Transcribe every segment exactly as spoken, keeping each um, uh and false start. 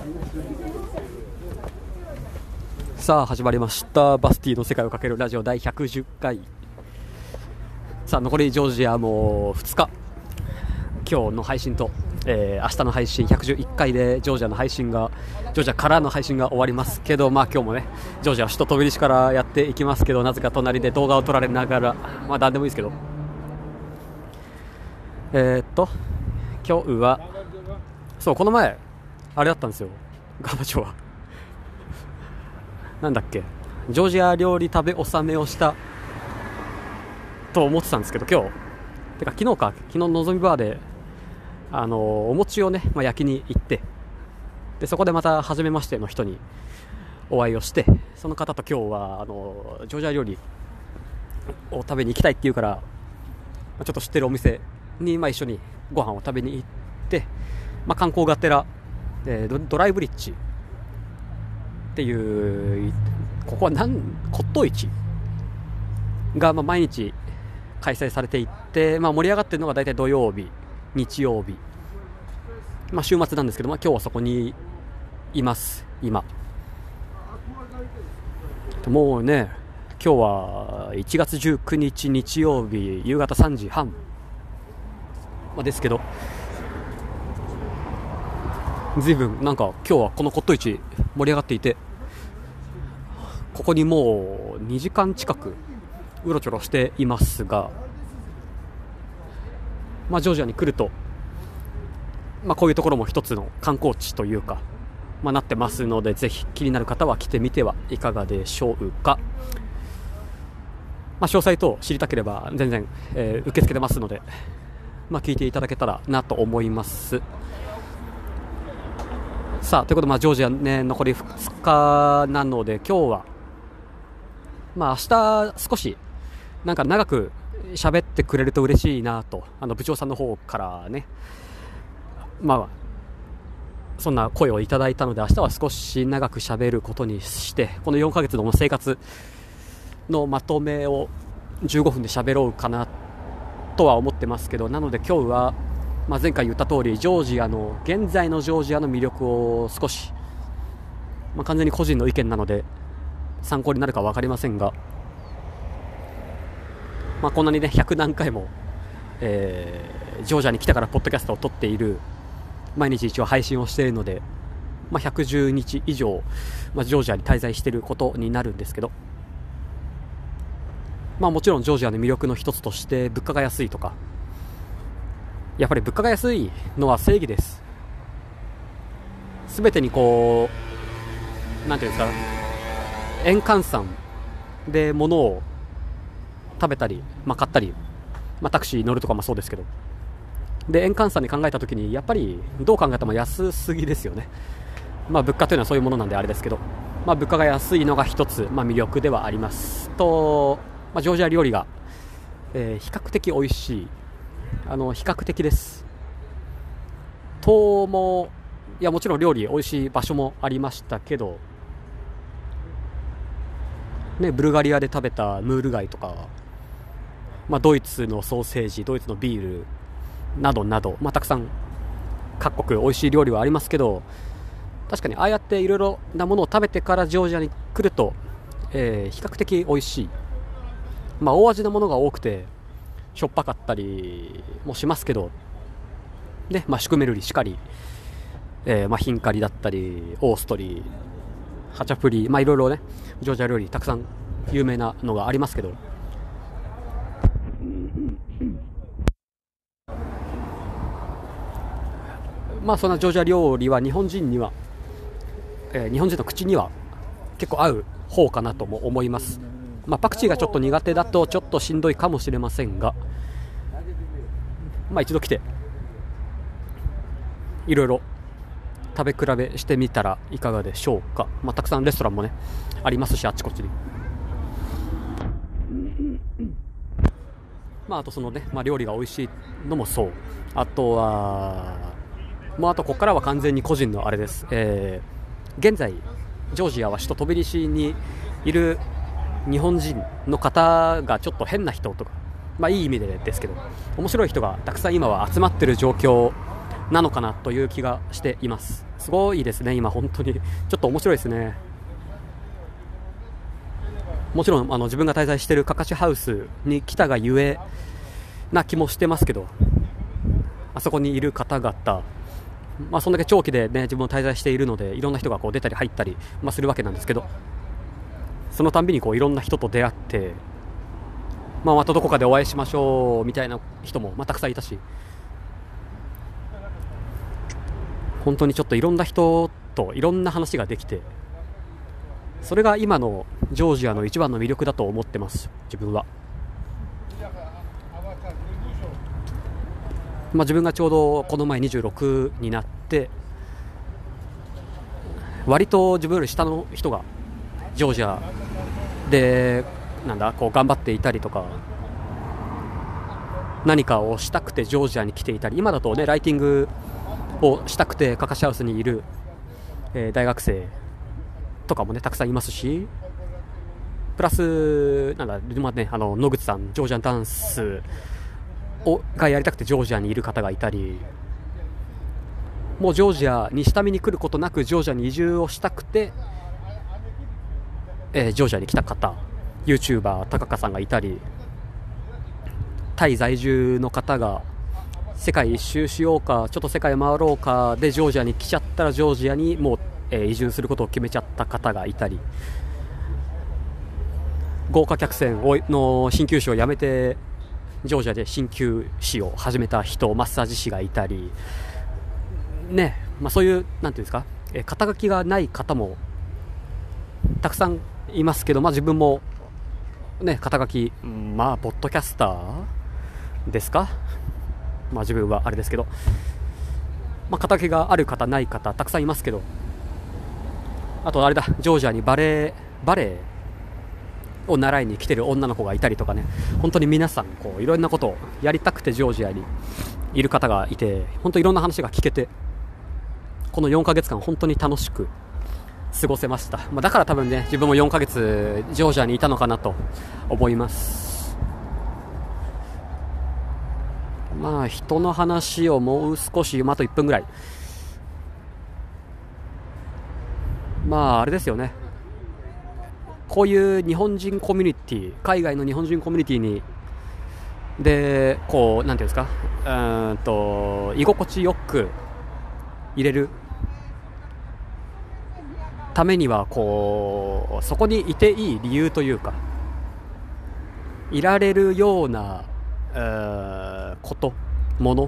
さあ始まりました。バスティの世界をかけるラジオ第ひゃくじゅっかい。さあ残りジョージアもふつか、今日の配信と、えー、明日の配信ひゃくじゅういっかいでジョージアの配信がジョージアからの配信が終わりますけど、まあ今日もねジョージア首都トビリシからやっていきますけど、なぜか隣で動画を撮られながら、まあ何でもいいですけど、えー、っと今日はそうこの前あれだったんですよ、ガバチョはなんだっけ、ジョージア料理食べ納めをしたと思ってたんですけど、今日てか昨日か昨日のぞみバーであのお餅をね、まあ、焼きに行って、でそこでまた初めましての人にお会いをして、その方と今日はあのジョージア料理を食べに行きたいって言うから、まあ、ちょっと知ってるお店に、まあ、一緒にご飯を食べに行って、まあ、観光がてら、えー、ド, ドライブリッジっていう、ここはなん骨董市がまあ毎日開催されていて、まあ、盛り上がっているのが大体土曜日、日曜日、まあ、週末なんですけど、まあ、今日はそこにいます今。もうね今日はいちがつじゅうくにち日曜日夕方さんじはん、まあ、ですけど、ずいぶんなんか今日はこの骨董市盛り上がっていて、ここにもうにじかん近くうろちょろしていますが、まあ、ジョージアに来ると、まあ、こういうところも一つの観光地というか、まあ、なってますので、ぜひ気になる方は来てみてはいかがでしょうか。まあ、詳細等知りたければ全然、えー、受け付けてますので、まあ、聞いていただけたらなと思います。さあということで、まあ、ジョージアね残りふつかなので、今日はまあ明日少しなんか長く喋ってくれると嬉しいなと、あの部長さんの方からね、まあそんな声をいただいたので、明日は少し長く喋ることにして、このよんかげつの生活のまとめをじゅうごふんで喋ろうかなとは思ってますけど、なので今日は、まあ、前回言った通りジョージアの現在のジョージアの魅力を少し、まあ、完全に個人の意見なので参考になるか分かりませんが、まあ、こんなにねひゃくなんかいも、えー、ジョージアに来たからポッドキャストを撮っている、毎日一応配信をしているので、まあ、ひゃくじゅうにち以上、まあ、ジョージアに滞在していることになるんですけど、まあ、もちろんジョージアの魅力の一つとして物価が安いとか、やっぱり物価が安いのは正義です。すべてにこうなんていうんですか、円換算で物を食べたり、まあ、買ったり、まあ、タクシー乗るとかもそうですけど、で円換算に考えたときにやっぱりどう考えても安すぎですよね。まあ、物価というのはそういうものなんであれですけど、まあ、物価が安いのが一つ、まあ、魅力ではありますと、まあ、ジョージア料理が、えー、比較的美味しい、あの比較的ですとも、いやもちろん料理美味しい場所もありましたけどね、ブルガリアで食べたムール貝とか、まあ、ドイツのソーセージ、ドイツのビールなどなど、まあ、たくさん各国美味しい料理はありますけど、確かにああやっていろいろなものを食べてからジョージアに来ると、えー、比較的美味しい、まあ、大味なものが多くてしょっぱかったりもしますけど、ね、まあ、シュクメルリしかり、えーまあ、ヒンカリだったりオーストリー、ハチャプリ、まあいろいろねジョージア料理たくさん有名なのがありますけど、まあそんなジョージア料理は日本人には、えー、日本人の口には結構合う方かなとも思います。まあ、パクチーがちょっと苦手だとちょっとしんどいかもしれませんが、まあ一度来ていろいろ食べ比べしてみたらいかがでしょうか。まあ、たくさんレストランもねありますし、あっちこっちに、まあ、あとそのね、まあ、料理が美味しいのもそう、あとはもうあとここからは完全に個人のあれです、えー、現在ジョージアは首都トビリシにいる日本人の方がちょっと変な人とか、まあいい意味でですけど面白い人がたくさん今は集まってる状況なのかなという気がしています。 すごいですね今本当にちょっと面白いですね。もちろんあの自分が滞在しているカカシハウスに来たがゆえな気もしてますけど、あそこにいる方々、まあ、そんだけ長期で、ね、自分も滞在しているのでいろんな人がこう出たり入ったり、まあ、するわけなんですけど、そのたんびにこういろんな人と出会って、まあ、またどこかでお会いしましょうみたいな人も、まあ、たくさんいたし、本当にちょっといろんな人といろんな話ができて、それが今のジョージアの一番の魅力だと思ってます自分は。まあ、自分がちょうどこの前にじゅうろくになって割と自分より下の人がジョージアでなんだこう頑張っていたりとか、何かをしたくてジョージアに来ていたり、今だとねライティングをしたくてカカシハウスにいる、えー、大学生とかもねたくさんいますし、プラスなんだ、まあね、あの野口さんジョージアンダンスをがやりたくてジョージアにいる方がいたり、もうジョージアに下見に来ることなくジョージアに移住をしたくて、えー、ジョージアに来た方、 YouTuber 高香さんがいたり、タイ在住の方が世界一周しようかちょっと世界回ろうかでジョージアに来ちゃったらジョージアにもう、えー、移住することを決めちゃった方がいたり、豪華客船の鍼灸師を辞めてジョージアで鍼灸師を始めた人、マッサージ師がいたりね、まあ、そういうなんていうんですか、えー、肩書きがない方もたくさんいますけど、まあ、自分もね肩書き、まあポッドキャスターですか、まあ自分はあれですけど、まあ、肩書きがある方ない方たくさんいますけど、あとあれだ、ジョージアにバレエバレエを習いに来てる女の子がいたりとかね、本当に皆さんこういろんなことをやりたくてジョージアにいる方がいて、本当いろんな話が聞けて、このよんかげつかん本当に楽しく過ごせました。まあ、だから多分ね自分もよんかげつジョージアにいたのかなと思います。まあ人の話をもう少し、まあ、あといっぷんぐらい、まああれですよね、こういう日本人コミュニティ、海外の日本人コミュニティにでこうなんていうんですか、うーんと居心地よく入れるためにはこうそこにいていい理由というか、いられるようなうーこともの、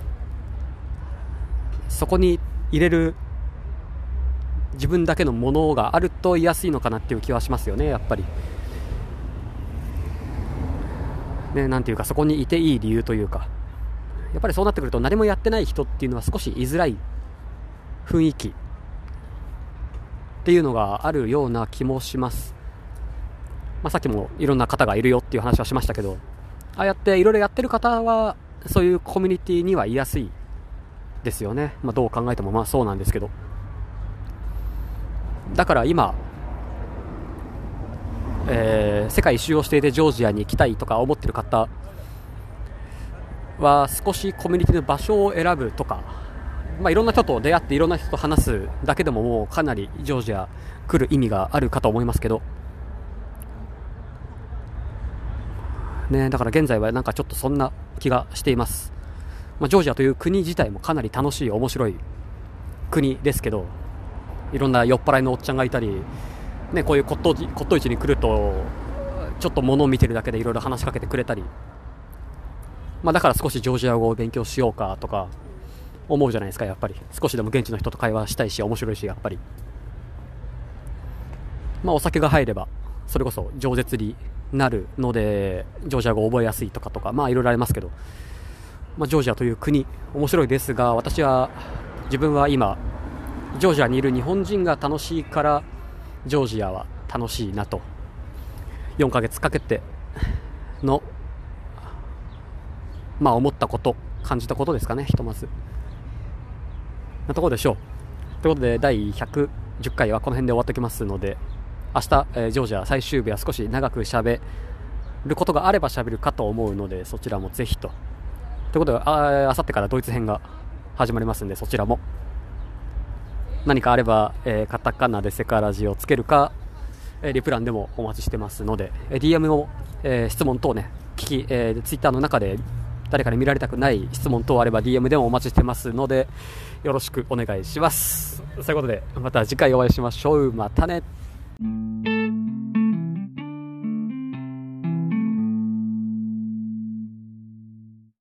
そこに入れる自分だけのものがあると居やすいのかなっていう気はしますよね、やっぱりね。なんていうか、そこにいていい理由というか、やっぱりそうなってくると何もやってない人っていうのは少し居づらい雰囲気っていうのがあるような気もします。まあ、さっきもいろんな方がいるよっていう話はしましたけど、ああやっていろいろやってる方はそういうコミュニティには居やすいですよね。まあ、どう考えてもまあそうなんですけど、だから今、えー、世界一周をしていてジョージアに行きたいとか思ってる方は少しコミュニティの場所を選ぶとか、まあ、いろんな人と出会っていろんな人と話すだけでももうかなりジョージア来る意味があるかと思いますけどね。だから現在はなんかちょっとそんな気がしています。まあ、ジョージアという国自体もかなり楽しい面白い国ですけど、いろんな酔っ払いのおっちゃんがいたり、ね、こういう骨董骨董市に来るとちょっと物を見てるだけでいろいろ話しかけてくれたり、まあ、だから少しジョージア語を勉強しようかとか思うじゃないですか。やっぱり少しでも現地の人と会話したいし面白いし、やっぱり、まあ、お酒が入ればそれこそ饒舌になるのでジョージア語を覚えやすいとかとか、まあいろいろありますけど、まあ、ジョージアという国面白いですが、私は自分は今ジョージアにいる日本人が楽しいからジョージアは楽しいなと、よんかげつかけてのまあ思ったこと、感じたことですかね、ひとまずなところでしょう。ということでだいひゃくじゅっかいはこの辺で終わっておきますので、明日、えー、ジョージア最終日は少し長く喋ることがあれば喋るかと思うので、そちらもぜひと。ということで、あ、あさってからドイツ編が始まりますので、そちらも何かあれば、えー、カタカナでセカラジをつけるか、えー、リプランでもお待ちしてますので、えー、ディーエム を、えー、質問等ね聞き、えー、ツイッターの中で誰かに見られたくない質問等あれば ディーエム でもお待ちしてますので、よろしくお願いします。そういうことでまた次回お会いしましょう。またね。